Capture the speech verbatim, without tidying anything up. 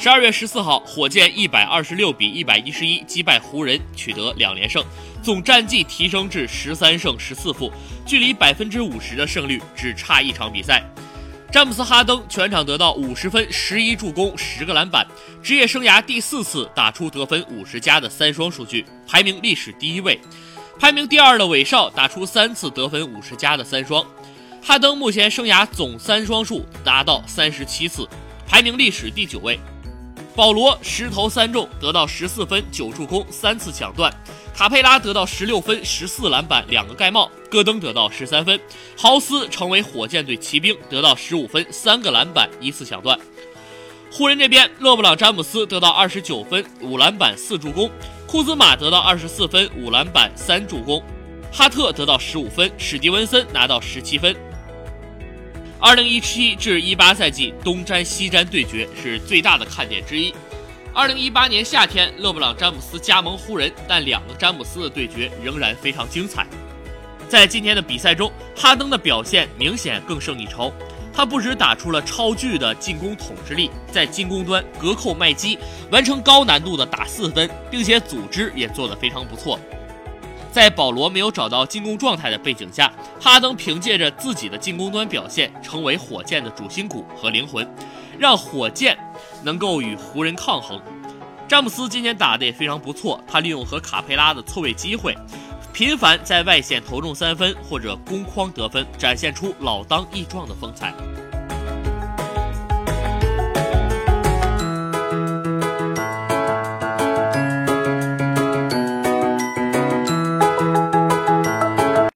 十二月十四号，火箭一百二十六比一百一十一击败湖人，取得两连胜，总战绩提升至十三胜十四负，距离百分之五十的胜率只差一场比赛。詹姆斯·哈登全场得到五十分、十一助攻、十个篮板，职业生涯第四次打出得分五十加的三双数据，排名历史第一位。排名第二的韦少打出三次得分五十加的三双。哈登目前生涯总三双数达到三十七次，排名历史第九位。保罗十投三中，得到十四分、九助攻、三次抢断。卡佩拉得到十六分、十四篮板、两个盖帽，戈登得到十三分，豪斯成为火箭队骑兵，得到十五分、三个篮板、一次抢断。湖人这边，勒布朗·詹姆斯得到二十九分、五篮板、四助攻，库兹马得到二十四分、五篮板、三助攻，哈特得到十五分，史蒂文森拿到十七分。二零一七至一八赛季东詹西詹对决是最大的看点之一。二零一八年夏天，勒布朗·詹姆斯加盟湖人，但两个詹姆斯的对决仍然非常精彩。在今天的比赛中，哈登的表现明显更胜一筹。他不只打出了超巨的进攻统治力，在进攻端隔扣麦基，完成高难度的打四分，并且组织也做得非常不错。在保罗没有找到进攻状态的背景下，哈登凭借着自己的进攻端表现，成为火箭的主心骨和灵魂，让火箭能够与湖人抗衡。詹姆斯今天打得也非常不错，他利用和卡佩拉的错位机会，频繁在外线投中三分或者攻框得分，展现出老当益壮的风采。